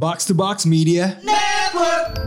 Box to Box Media Network.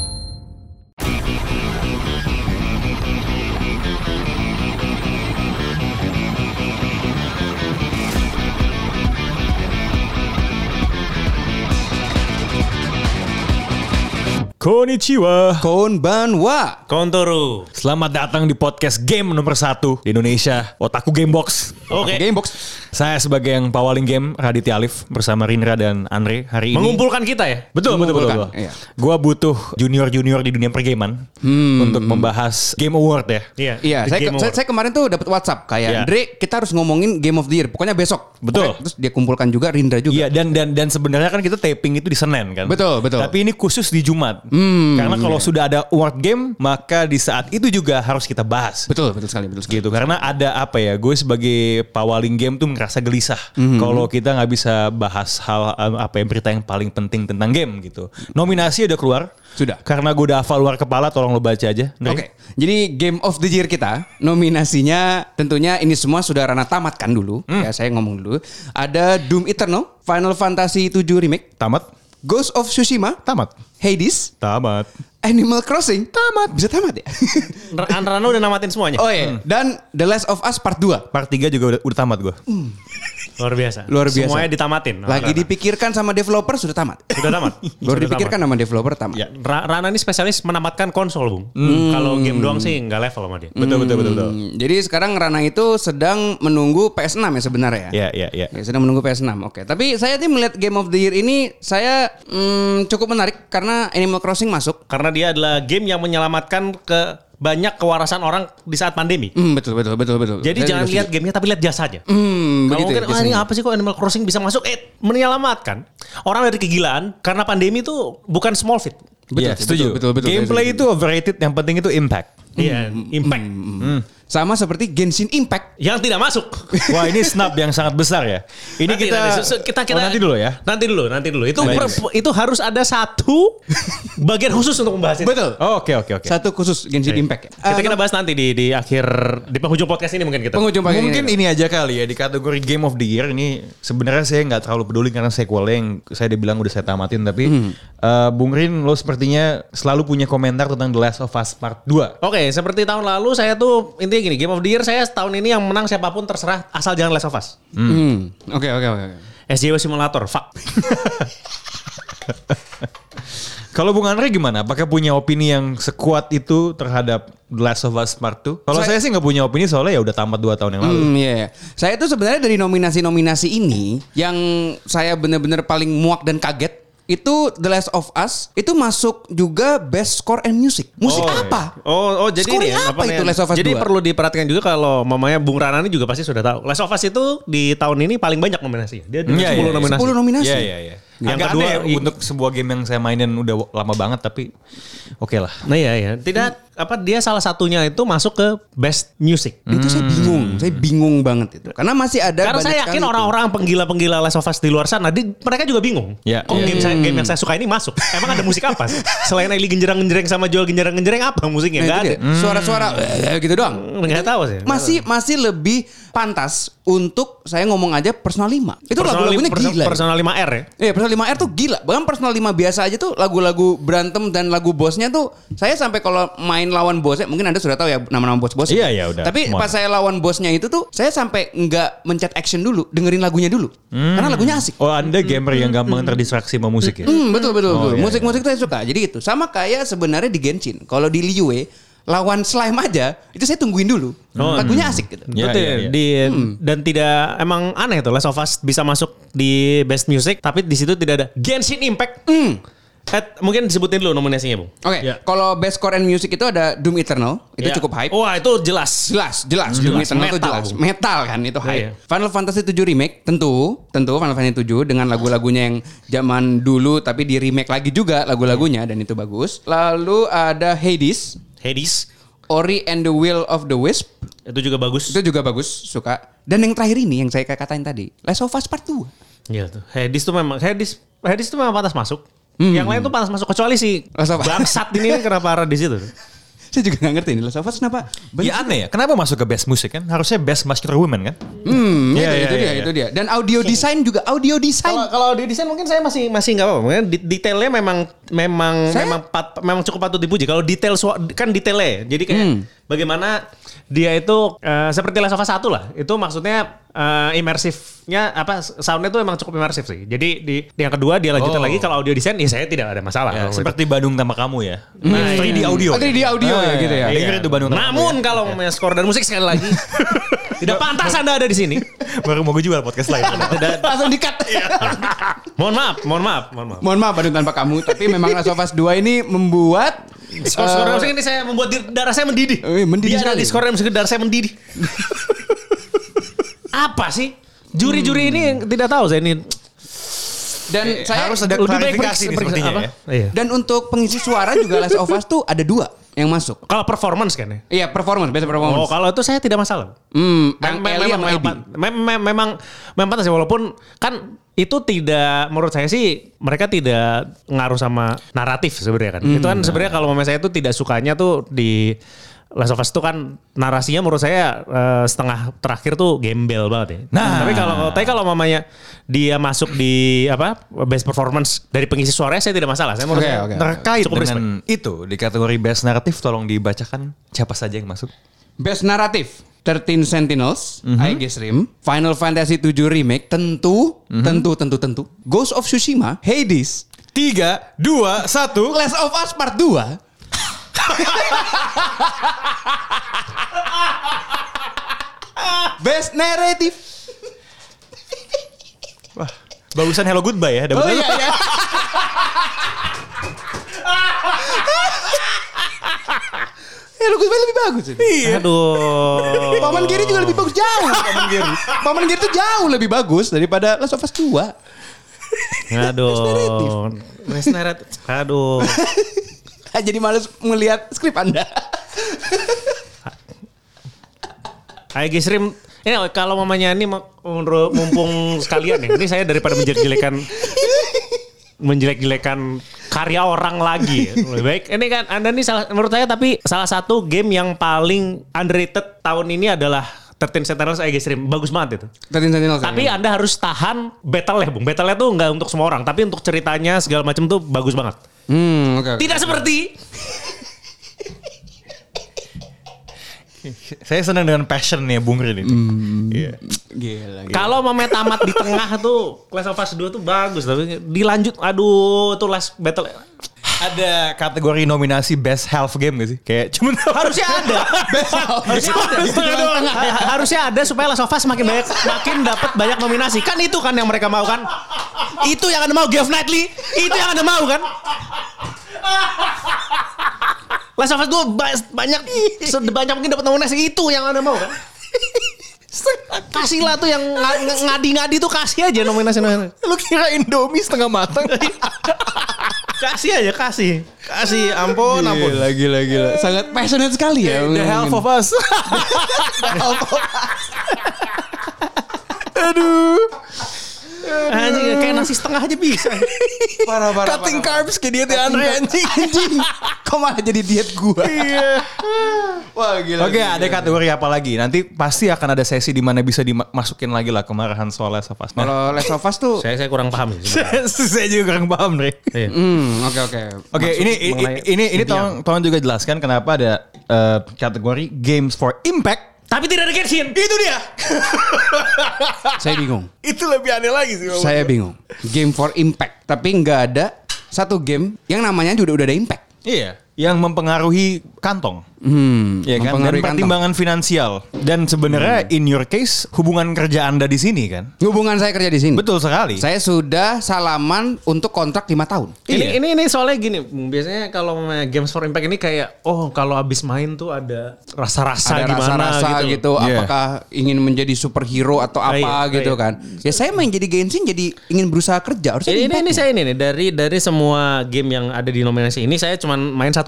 Konnichiwa. Konbanwa. Kontoru. Selamat datang di podcast game nomor 1 di Indonesia, Otaku Gamebox. Oke. Gamebox. Saya sebagai yang pawaling game, Raditya Alif bersama Rindra dan Andre hari ini. Mengumpulkan kita ya? Betul. Iya. Gua butuh junior-junior di dunia pergaman untuk membahas Game Award ya. Iya, saya kemarin tuh dapat WhatsApp kayak, Andre, kita harus ngomongin Game of the Year. Pokoknya besok. Betul. Terus dia kumpulkan juga Rindra juga. Iya, dan sebenarnya kan kita taping itu di Senin kan. Betul. Tapi ini khusus di Jumat. Karena kalau sudah ada award game, maka di saat itu juga harus kita bahas. Betul sekali. Gitu, karena ada apa ya, gue sebagai pawaling game tuh ngerasa gelisah kalau kita nggak bisa bahas hal apa yang berita yang paling penting tentang game gitu. Nominasi udah keluar. Sudah. Karena gue udah hafal luar kepala, tolong lo baca aja. Oke. Jadi Game of the Year kita, nominasinya tentunya ini semua sudah Rana tamatkan dulu. Ya, saya ngomong dulu. Ada Doom Eternal, Final Fantasy 7 Remake, Tamat. Ghost of Tsushima, Tamat. Hades, Tamat. Animal Crossing, tamat. Bisa tamat ya? Rano udah namatin semuanya. Oh iya. Dan The Last of Us Part 2. Part 3 juga udah tamat gue. Luar biasa. Semuanya Semuanya ditamatin. Lagi dipikirkan sama developer, sudah tamat. Sudah tamat. Baru dipikirkan sama developer, tamat. Ya, Rana ini spesialis menamatkan konsol, Bung. Kalau game doang sih nggak level sama dia. Betul. Jadi sekarang Rana itu sedang menunggu PS6 ya sebenarnya ya? Iya. Ya, sedang menunggu PS6, oke. Tapi saya nih melihat Game of the Year ini, saya cukup menarik karena Animal Crossing masuk. Karena dia adalah game yang menyelamatkan banyak kewarasan orang di saat pandemi. Betul. Jadi Saya jangan juga lihat setuju. gamenya tapi lihat jasanya. Begitu Mungkin ya, ini apa sih kok Animal Crossing bisa masuk? Menyelamatkan orang dari kegilaan karena pandemi itu bukan small fit. Iya, setuju. Betul. Gameplay itu overrated, yang penting itu impact. Iya, impact. Sama seperti Genshin Impact. Yang tidak masuk. Wah, ini snap yang sangat besar ya. Ini Nanti nanti dulu ya. Nanti dulu. Itu harus ada satu bagian khusus untuk membahas itu. Betul. Oh, oke. Satu khusus Genshin Impact. Kita bahas nanti di akhir di penghujung podcast ini mungkin kita. Mungkin ini aja kali ya di kategori Game of the Year ini sebenarnya saya nggak terlalu peduli karena sequelnya yang saya dibilang udah saya tamatin, tapi Bung Rin, lo sepertinya selalu punya komentar tentang The Last of Us Part 2. Oke, seperti tahun lalu saya tuh intinya gini, Game of the Year saya tahun ini yang menang siapapun terserah asal jangan Last of Us. Oke. SJW Simulator, fuck. Kalau Bung Andre gimana? Apakah punya opini yang sekuat itu terhadap The Last of Us Part 2? Kalau saya sih nggak punya opini soalnya ya udah tamat 2 tahun yang lalu. Iya. Saya tuh sebenarnya dari nominasi-nominasi ini yang saya benar-benar paling muak dan kaget itu The Last of Us itu masuk juga Best Score and Music. Musik apa? Oh, jadi ini ya, apa itu Last of Us 2? Jadi perlu diperhatikan juga kalau mamanya Bung Rana ini juga pasti sudah tahu. Last of Us itu di tahun ini paling banyak nominasinya. Dia dengan 10 nominasi. 10 nominasi. Iya. Yang Agak kedua, aneh untuk sebuah game yang saya mainin udah lama banget, tapi oke lah. Nah iya. Tidak dia salah satunya itu masuk ke Best Music. Itu saya bingung banget itu. Karena masih ada Karena saya yakin orang-orang penggila-penggila Last of Us di luar sana, mereka juga bingung. Ya, Kok game yang saya suka ini masuk? Emang ada musik apa? Selain Eli genjerang-genjreng sama Joel genjerang-genjreng apa musiknya? Nggak ada. Suara-suara gitu doang. Nggak tahu sih. Masih lebih pantas untuk saya ngomong aja Personal 5. Itu lagu-lagunya gila. Personal 5R ya? Iya, Personal 5R tuh gila. Bahkan Personal 5 biasa aja tuh lagu-lagu berantem dan lagu bosnya tuh saya sampai kalau main lawan bosnya, mungkin Anda sudah tahu ya nama-nama bos-bos. Iya, udah. Tapi pas saya lawan bosnya itu tuh saya sampai nggak mencet action dulu, dengerin lagunya dulu. Karena lagunya asik. Oh, Anda gamer yang gampang terdistraksi sama musik ya? Betul. Iya, Musik-musik tuh saya suka. Jadi itu sama kayak sebenarnya di Genshin. Kalau di Liyue lawan slime aja itu saya tungguin dulu. Lagunya asik gitu. Ya, Betul. iya. Dan tidak emang aneh tuh Last of Us bisa masuk di Best Music, tapi di situ tidak ada Genshin Impact. Mungkin disebutin dulu nominasinya, Bung. Oke. Kalau Best Score and Music itu ada Doom Eternal, itu cukup hype. Wah, itu jelas. Jelas. Doom Eternal itu Metal, jelas. Bung. Metal kan itu hype. Iya. Final Fantasy 7 Remake tentu Final Fantasy 7 dengan lagu-lagunya yang zaman dulu tapi di remake lagi juga lagu-lagunya dan itu bagus. Lalu ada Hades, Ori and the Will of the Wisp. Itu juga bagus. Itu juga bagus, suka. Dan yang terakhir ini yang saya katain tadi, Last of Us Part 2. Iya tuh. Hades tuh memang pantas masuk. Yang lain tuh pantas masuk kecuali si Last of Us. bangsat ini kenapa ada di situ. Saya juga gak ngerti ini Last of Us kenapa. Ya aneh ya, kenapa masuk ke best musik kan? Harusnya best muscular women kan? Itu dia. Dan audio design juga audio design. Kalau audio design mungkin saya masih nggak apa-apa. Mungkin detailnya memang cukup patut dipuji. Kalau detail kan detailnya. Jadi kayak bagaimana dia itu seperti Last of Us 1 lah. Itu maksudnya imersifnya soundnya tuh emang cukup imersif sih. Jadi di yang kedua dia lanjutin lagi kalau audio design ya saya tidak ada masalah. Ya, seperti Bandung Tanpa Kamu ya. 3D audio. 3D audio ya gitu ya. Dengar itu Bandung Tanpa Namun kalau skor dan musik sekali lagi tidak pantas Anda ada di sini. Baru mau gue jual podcast lain. Langsung di-cut. Mohon maaf. Mohon maaf Bandung Tanpa Kamu, tapi memang Last of Us 2 ini membuat skor dan musik ini saya membuat darah saya mendidih. Mendidih Dia ada sekali. di skor dan musik darah saya mendidih. Apa sih? Juri-juri ini tidak tahu saya ini. Dan saya harus ada lebih baik klarifikasi nih sepertinya ya. Iya. Dan untuk pengisi suara juga Last of Us tuh ada 2 yang masuk. Kalau performance kan ya? Iya, best Oh, performance. kalau itu saya tidak masalah. Yang Ellie sama Abby. Memang pantas sih, walaupun kan itu tidak, menurut saya sih mereka tidak ngaruh sama naratif sebenarnya kan. Itu kan sebenarnya kalau saya itu tidak sukanya tuh di Last of Us itu kan narasinya menurut saya setengah terakhir tuh gembel banget ya. Nah, tapi kalau mamanya dia masuk di best performance dari pengisi suaranya saya tidak masalah. Saya menurut saya Terkait cukup dengan itu di kategori best naratif tolong dibacakan siapa saja yang masuk. Best naratif 13 Sentinels, I Guess Rim, Final Fantasy 7 Remake, tentu. Ghost of Tsushima, Hades, 3, 2, 1. Last of Us Part 2. Best narrative. Wah, bagusan Hello Goodbye ya. Oh iya. Hello Goodbye lebih bagus ini. Iya. Aduh. Paman Giri juga lebih bagus jauh. Paman Giri tuh jauh lebih bagus daripada Last of Us 2. Aduh. Best narrative. Aduh. Jadi males melihat skrip Anda. I Guess Rim. Ini kalau mamanya ini mumpung sekalian ya. Ini saya daripada menjelek-jelekan karya orang lagi. Lebih baik. Ini kan Anda nih menurut saya tapi salah satu game yang paling underrated tahun ini adalah 13 Sentinels I Guess Rim. Bagus banget itu. 13 Sentinels. Tapi Anda harus tahan battle ya Bung. Battle-nya tuh nggak untuk semua orang. Tapi untuk ceritanya segala macam tuh bagus banget. Okay. Tidak seperti Saya senang dengan passionnya Bung Rin ini. Iya. Gila. kalau Mame tamat di tengah tuh Last of Us 2 tuh bagus. Tapi dilanjut aduh tuh last battle. Ada kategori nominasi best half game gak sih? Kayak cuman Harusnya ada. Harusnya ada supaya Last of Us makin dapat banyak nominasi. Kan itu kan yang mereka mau kan? Itu yang Anda mau Geoff Knightley. Itu yang Anda mau kan? Last of Us 2 banyak sebanyak mungkin dapat nominasi itu yang Anda mau kan? Kasihlah tuh yang ngadi-ngadi tuh kasih aja nominasi. lu kira Indomie setengah matang. Kasih aja kasih. Ampun. Gila. Sangat passionate sekali ya. The Half of Us. Aduh. Anjing kayak nasi setengah aja bisa. Parah. Cutting carbs kayak diet Andre anjing. Kok malah jadi diet gua? Iya. Wah gila. Oke, ada kategori apa lagi? Nanti pasti akan ada sesi di mana bisa dimasukin lagi lah kemarahan soal Last of Us. Kalau Last of Us tuh Saya kurang paham sih. Saya juga kurang paham, Dre. Oke, ini tolong juga jelaskan kenapa ada kategori Games for Impact. Tapi tidak ada Genshin. Itu dia. saya bingung. Itu lebih aneh lagi sih. Saya bingung. Game for Impact, tapi nggak ada satu game yang namanya juga udah ada impact. Iya, yang mempengaruhi kantong. Ya kan, dan pertimbangan finansial. Dan sebenarnya in your case hubungan kerja Anda di sini kan? Hubungan saya kerja di sini. Betul sekali. Saya sudah salaman untuk kontrak 5 tahun. Ini soalnya gini, biasanya kalau Games for Impact ini kayak kalau habis main tuh ada rasa-rasa ada gimana rasa-rasa gitu. Yeah. Apakah ingin menjadi superhero atau apa gitu kan? Ya saya main jadi Genshin jadi ingin berusaha kerja. Harusnya ini saya ini nih dari semua game yang ada di nominasi ini saya cuma main satu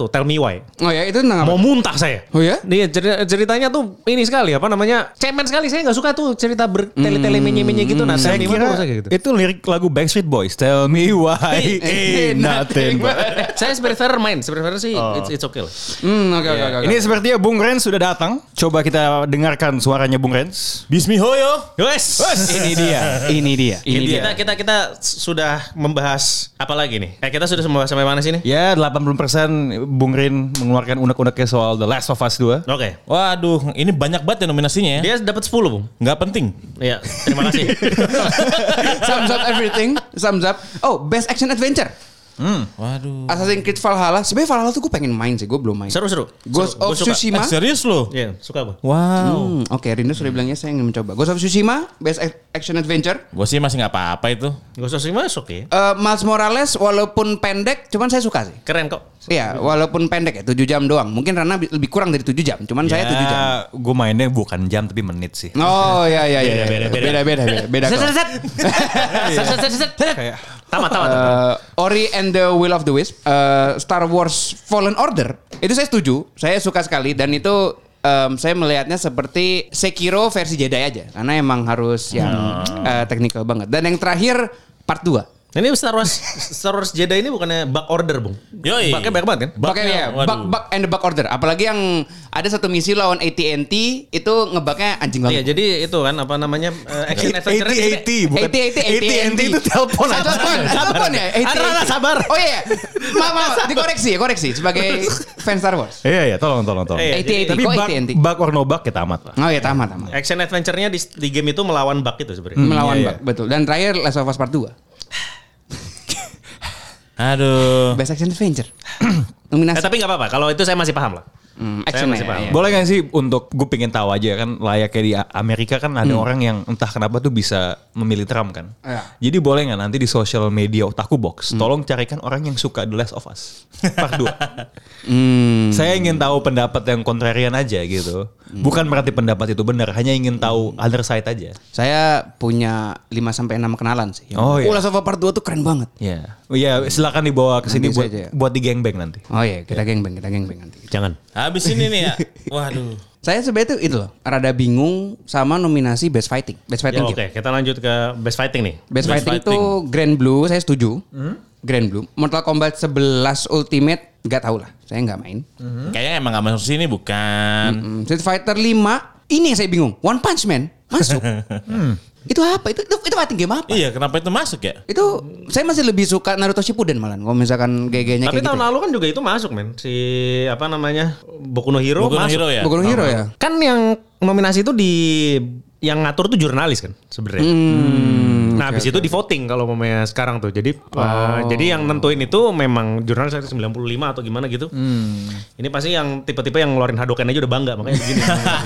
tuh, Tell Me Why. Oh ya, itu tentang apa? Mau muntah saya. Oh ya? Nih ceritanya tuh ini sekali apa namanya? Cemen sekali, saya nggak suka tuh cerita bertele-tele menye-menye gitu. Nah, Saya Tell Me Why kira tuh gitu. itu lirik lagu Backstreet Boys. Tell me why ain't nothing but. Saya prefer main, prefer sih it's okay lah. Oke. Ini sepertinya Bung Rens sudah datang. Coba kita dengarkan suaranya Bung Rens. Bismihoyo. Yes. Ini dia. Kita sudah membahas apa lagi nih? Kita sudah membahas sampai mana sih nih? Ya 80% Bung Rin mengeluarkan unek-uneknya soal The Last of Us 2. Oke. Waduh, ini banyak banget ya nominasinya ya. Dia dapat 10, Bung. Nggak penting. Iya, terima kasih. Sums up everything. Sums up. Oh, Best Action Adventure. Waduh. Assassin's Creed Valhalla. Sebenarnya Valhalla tuh gue pengen main sih. Gue belum main. Seru. Ghost of Tsushima. Serius lo? Iya, suka gue. Wow. Oke, Rindu sudah bilangnya saya ingin mencoba. Ghost of Tsushima, Best Action Adventure. Gue sih masih nggak apa-apa itu. Ghost of Tsushima oke. Miles Morales walaupun pendek, cuman saya suka sih. Keren kok. Iya, walaupun pendek ya, 7 jam doang. Mungkin karena lebih kurang dari 7 jam. Cuman saya 7 jam. Gue mainnya bukan jam tapi menit sih. Oh iya. Beda. Kayak Tamat. Ori and the Will of the Wisp, Star Wars Fallen Order. Itu saya setuju. Saya suka sekali dan itu saya melihatnya seperti Sekiro versi Jedi aja. Karena emang harus yang technical banget. Dan yang terakhir part 2. Ini Star Wars Jedi ini bukannya bug order, Bung? Yoi. Bugnya banyak banget kan? Pokoknya bug and the bug order. Apalagi yang ada satu misi lawan AT&T itu ngebugnya anjing Iya, banget. jadi itu kan apa namanya action adventure. AT bukan AT&T itu telepon aja. Telepon ya? Ada sabar. Oh iya. Maaf, dikoreksi sebagai fan Star Wars. Iya, tolong. Iya, AT&T, Tapi kok bug, AT&T? bug or no bug kita amat lah. Oh iya, tamat. Action adventure-nya di game itu melawan bug itu sebenarnya. Melawan iya, bug, betul. Dan terakhir Last of Us Part 2. Aduh. Best Action Adventure. Nominasi. Tapi nggak apa-apa. Kalau itu saya masih paham lah. Action masih paham. Boleh gak sih untuk gue pengen tahu aja kan layaknya di Amerika kan ada orang yang entah kenapa tuh bisa memilih Trump kan. Iya. Jadi boleh gak nanti di social media Otaku Box tolong carikan orang yang suka The Last of Us Part 2. Saya ingin tahu pendapat yang kontrarian aja gitu. Bukan berarti pendapat itu benar, hanya ingin tahu other side aja. Saya punya 5-6 kenalan sih. Oh, iya. Last of Us Part 2 tuh keren banget. Ya, silakan dibawa ke sini Nanti buat saja. buat di gangbang nanti. Oh iya, kita gangbang nanti. Jangan. Habis ini nih ya. Waduh. Saya sebenarnya tuh itu loh, rada bingung sama nominasi Best Fighting. Best Fighting Ya, game. oke, kita lanjut ke Best Fighting nih. Best Best Fighting Fighting. tuh Grand Blue, saya setuju. Grand Blue. Mortal Kombat 11 Ultimate, nggak tahu lah. Saya nggak main. Kayaknya emang nggak masuk sini bukan. Street Fighter 5, ini yang saya bingung. One Punch Man, masuk. Itu apa? Itu fighting game apa? Iya, kenapa itu masuk ya? Itu saya masih lebih suka Naruto Shippuden malah. Kalau misalkan gaya-gayanya Tapi kayak tahun gitu. lalu kan juga itu masuk, men. Si apa namanya? Boku no Hero Boku no masuk. Hero ya? Boku no Hero ya. Kan yang nominasi itu yang ngatur tuh jurnalis kan sebenarnya. Nah, habis itu di voting kalau momennya sekarang tuh. Jadi jadi yang nentuin itu memang jurnalis 95 atau gimana gitu. Ini pasti yang tipe-tipe yang ngeluarin Hadoken aja udah bangga makanya begini.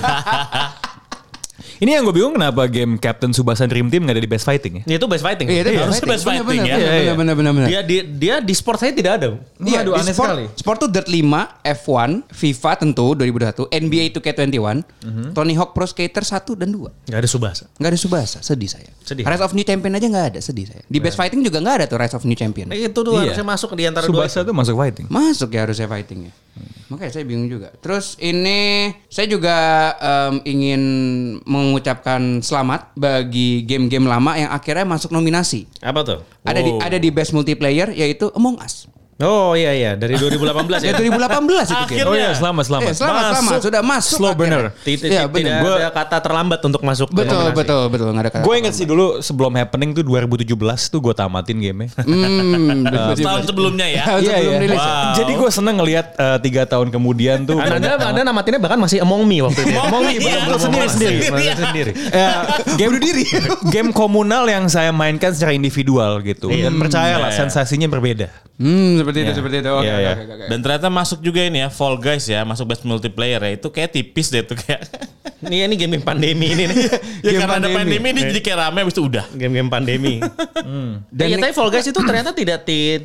Ini yang gue bingung kenapa game Captain Tsubasa Dream Team gak ada di Best Fighting ya? Itu best fighting. Iya, itu harusnya Best Fighting ya. Benar. Dia di sport saya tidak ada. Iya, Waduh, di aneh sport, sekali. sport tuh Dirt 5, F1, FIFA tentu 2021, NBA 2K21, Tony Hawk Pro Skater 1 dan 2. Gak ada Subasa. Nggak ada Subasa, sedih saya. Sedih. Rise of New Champion aja nggak ada, sedih saya. Di Best Fighting juga nggak ada tuh Rise of New Champion. Itu tuh Iya. harusnya masuk di antara dua. Tsubasa tuh masuk fighting. Masuk ya harusnya fightingnya. Makanya saya bingung juga. Terus ini saya juga ingin mengucapkan selamat bagi game-game lama yang akhirnya masuk nominasi. Apa tuh? Ada di Best Multiplayer yaitu Among Us. Oh iya dari 2018 Ya ya. 2018 itu game. Oh iya, selamat. Selamat sudah masuk. Slow akhirnya. burner. Iya, bener. Tidak ada kata terlambat untuk masuk ke Betul, nominasi. betul, nggak ada kata. Gue inget sih dulu sebelum happening tuh 2017 tuh gue tamatin gamenya. Tahun sebelumnya ya. Tahun sebelum rilis ya? Wow. Jadi gue seneng ngelihat 3 tahun kemudian tuh. Anda namatinnya bahkan masih Among Me waktu itu. Among Me sendiri. Game diri. Game komunal yang saya mainkan secara individual gitu. Dan percayalah sensasinya berbeda. Seperti itu. Oke. Dan ternyata masuk juga ini ya, Fall Guys ya, masuk Best Multiplayer ya. Itu kayak tipis deh tuh kayak. Ini game pandemi ini nih. Ya karena ada pandemi ini jadi kayak rame habis itu udah. Game pandemi. Dan Ya, tapi Fall Guys itu ternyata tidak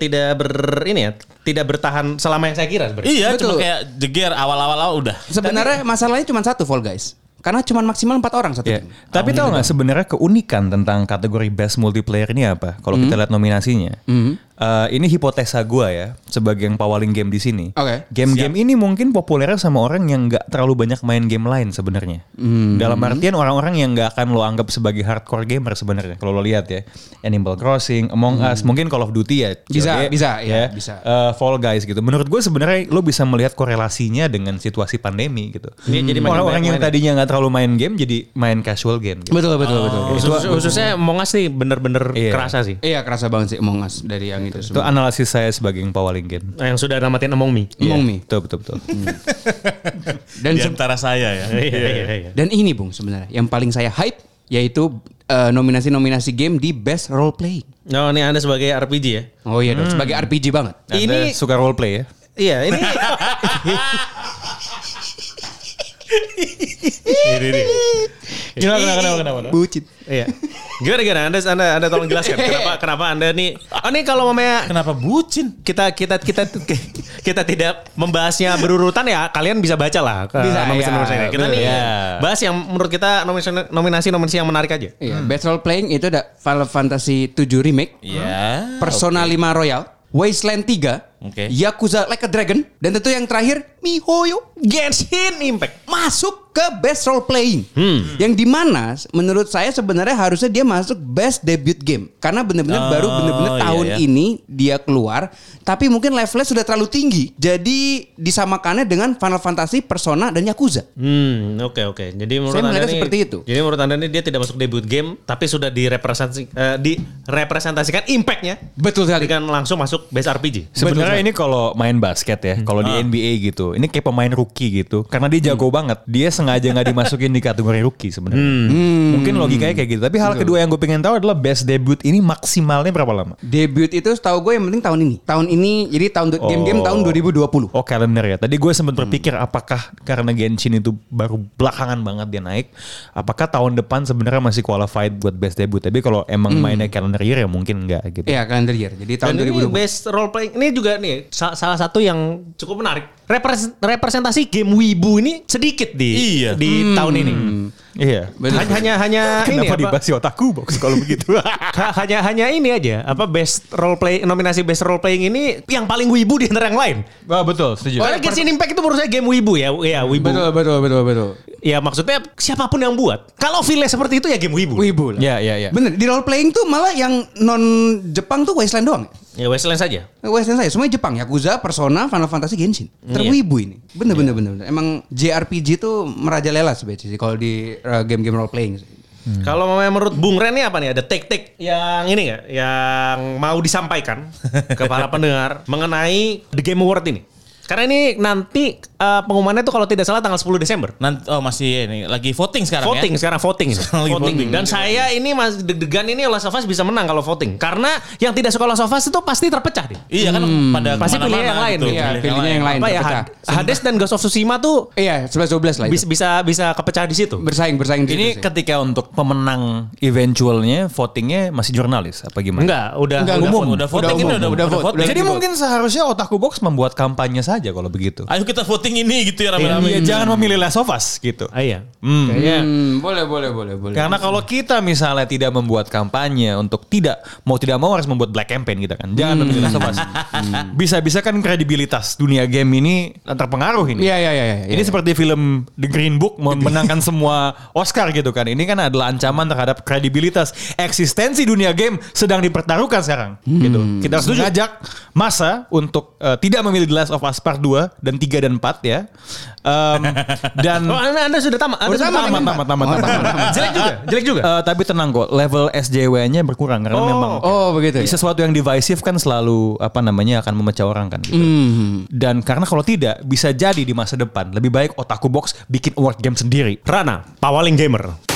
bertahan selama yang saya kira sebenarnya. Iya, Betul. cuma kayak jeger awal-awal udah. sebenarnya masalahnya cuma satu Fall Guys. Karena cuma maksimal 4 orang satu tim. Tapi tahu nggak sebenarnya keunikan tentang kategori best multiplayer ini apa? Kalau kita lihat nominasinya, Ini hipotesa gue ya sebagai yang pawaling game di sini. Oke. Game-game ini mungkin populernya sama orang yang nggak terlalu banyak main game lain sebenarnya. Dalam artian orang-orang yang nggak akan lo anggap sebagai hardcore gamer sebenarnya. Kalau lo lihat ya, Animal Crossing, Among Us, mungkin Call of Duty ya. Bisa. Fall Guys gitu. Menurut gue sebenarnya lo bisa melihat korelasinya dengan situasi pandemi gitu. Jadi makin Orang-orang banyak yang main. tadinya nggak terlalu main game jadi main casual game. Gitu. Betul. Khususnya Among Us nih bener-bener Iya. kerasa sih. Iya kerasa banget sih Among Us dari yang itu Itu semua. analisis saya sebagai yang pawaling game. Yang sudah namatin Among Me. Among Me. Betul. Dan Di antara saya ya. Iya. dan ini Bung sebenarnya yang paling saya hype yaitu nominasi-nominasi game di Best Role Playing. Oh, ini Anda sebagai RPG ya? Oh iya dong, sebagai RPG banget. Anda suka role play ya? Iya, ini Kenapa? Bucin. iya. Gimana Anda tolong jelaskan kenapa Anda nih ini kalau mamanya Kenapa bucin? kita tidak membahasnya berurutan ya kalian bisa baca lah Bisa, nominasi-nominasi ini. Kita betul. nih Iya. bahas yang menurut kita nominasi yang menarik aja. Iya, Best Role Playing itu ada Final Fantasy 7 Remake, Ya. Persona 5 Royal, Wasteland 3, Oke. Yakuza Like a Dragon, dan tentu yang terakhir MiHoYo Genshin Impact. masuk ke Best Role Playing. Yang dimana menurut saya sebenarnya harusnya dia masuk Best Debut Game. Karena benar-benar baru benar-benar iya, tahun iya. ini dia keluar. Tapi mungkin levelnya sudah terlalu tinggi. Jadi disamakannya dengan Final Fantasy, Persona, dan Yakuza. Oke. Jadi menurut Saya Anda melihatnya nih, seperti itu. Jadi menurut Anda nih dia tidak masuk debut game tapi sudah direpresentasikan impactnya Betul sekali. dengan langsung masuk Best RPG. Sebenarnya ini kalau main basket ya, kalau di NBA gitu, ini kayak pemain rookie gitu. Karena dia jago banget, dia sengaja nggak dimasukin di kategori rookie sebenarnya. Mungkin logikanya kayak gitu. Tapi hal kedua yang gue pengen tahu adalah best debut ini maksimalnya berapa lama? Debut itu setahu gue yang penting tahun ini. Tahun ini jadi game-game tahun 2020. Oh kalender ya. Tadi gue sempat berpikir apakah karena Genshin itu baru belakangan banget dia naik, apakah tahun depan sebenarnya masih qualified buat best debut. Tapi kalau emang mainnya calendar year ya mungkin enggak gitu. Iya, calendar year. Jadi tahun Dan ini 2020. best role playing ini juga nih salah satu yang cukup menarik. Representasi game Wibu ini sedikit di tahun ini. Iya. Hanya ini Kenapa apa? dibahas otaku box kalau begitu? hanya ini aja apa best role play nominasi best role playing ini yang paling wibu di antara yang lain. Betul, setuju. Karena Genshin Impact itu menurut saya game wibu ya, wibu. Betul. Ya maksudnya siapapun yang buat. Kalau feel seperti itu ya game wibu. Wibu lah. Ya. Bener, di role playing tuh malah yang non Jepang tuh Wasteland doang. Ya Wasteland saja. Wasteland saya semuanya Jepang, Yakuza, Persona, Final Fantasy, Genshin. Terwibu ini. Bener. Emang JRPG tuh merajalela sebenarnya sih kalau di game-game role playing. Kalau menurut Bung Ren nih apa nih? Ada take yang ini nggak? Yang mau disampaikan ke para pendengar mengenai The Game Award ini? Karena ini nanti pengumumannya tuh kalau tidak salah tanggal 10 Desember. Nanti masih ini lagi voting sekarang Voting ya. sekarang voting. Sekarang lagi voting. Dan saya ini masih deg-degan ini Last of Us bisa menang kalau voting. Karena yang tidak suka Last of Us itu pasti terpecah deh. Iya kan pada Pasti kemana-mana pilih yang lain gitu, nih. Iya, pilihnya yang lain. Apa ya? terpecah. Hades dan Ghost of Tsushima tuh Iya, 11-12 lah itu. bisa kepecah di situ. Bersaing di Ini situ sih. ketika untuk pemenang eventualnya votingnya masih jurnalis apa gimana? Enggak, udah umum. Udah voting ini udah voting. Jadi mungkin seharusnya Otaku Box membuat kampanye saja kalau begitu. Ayo kita voting ini gitu ya rame-rame. Iya, jangan memilih Last of Us gitu. Iya. Kayaknya Boleh. Karena kalau kita misalnya tidak membuat kampanye untuk tidak mau harus membuat black campaign gitu kan. Jangan memilih Last of Us. Bisa-bisa kan kredibilitas dunia game ini terpengaruh ini. Iya. Ini seperti film The Green Book memenangkan semua Oscar gitu kan. Ini kan adalah ancaman terhadap kredibilitas eksistensi dunia game sedang dipertaruhkan sekarang gitu. Kita harus mengajak masa untuk tidak memilih The Last of Us Part 2 dan 3 dan 4 ya. Dan Anda sudah tamat. tamat. Jelek juga. Tapi tenang kok, level SJW-nya berkurang karena memang begitu ya. sesuatu yang divisive kan selalu akan memecah orang kan gitu. Dan karena kalau tidak bisa jadi di masa depan lebih baik Otaku Box bikin award game sendiri. Rana, Pawaling Gamer.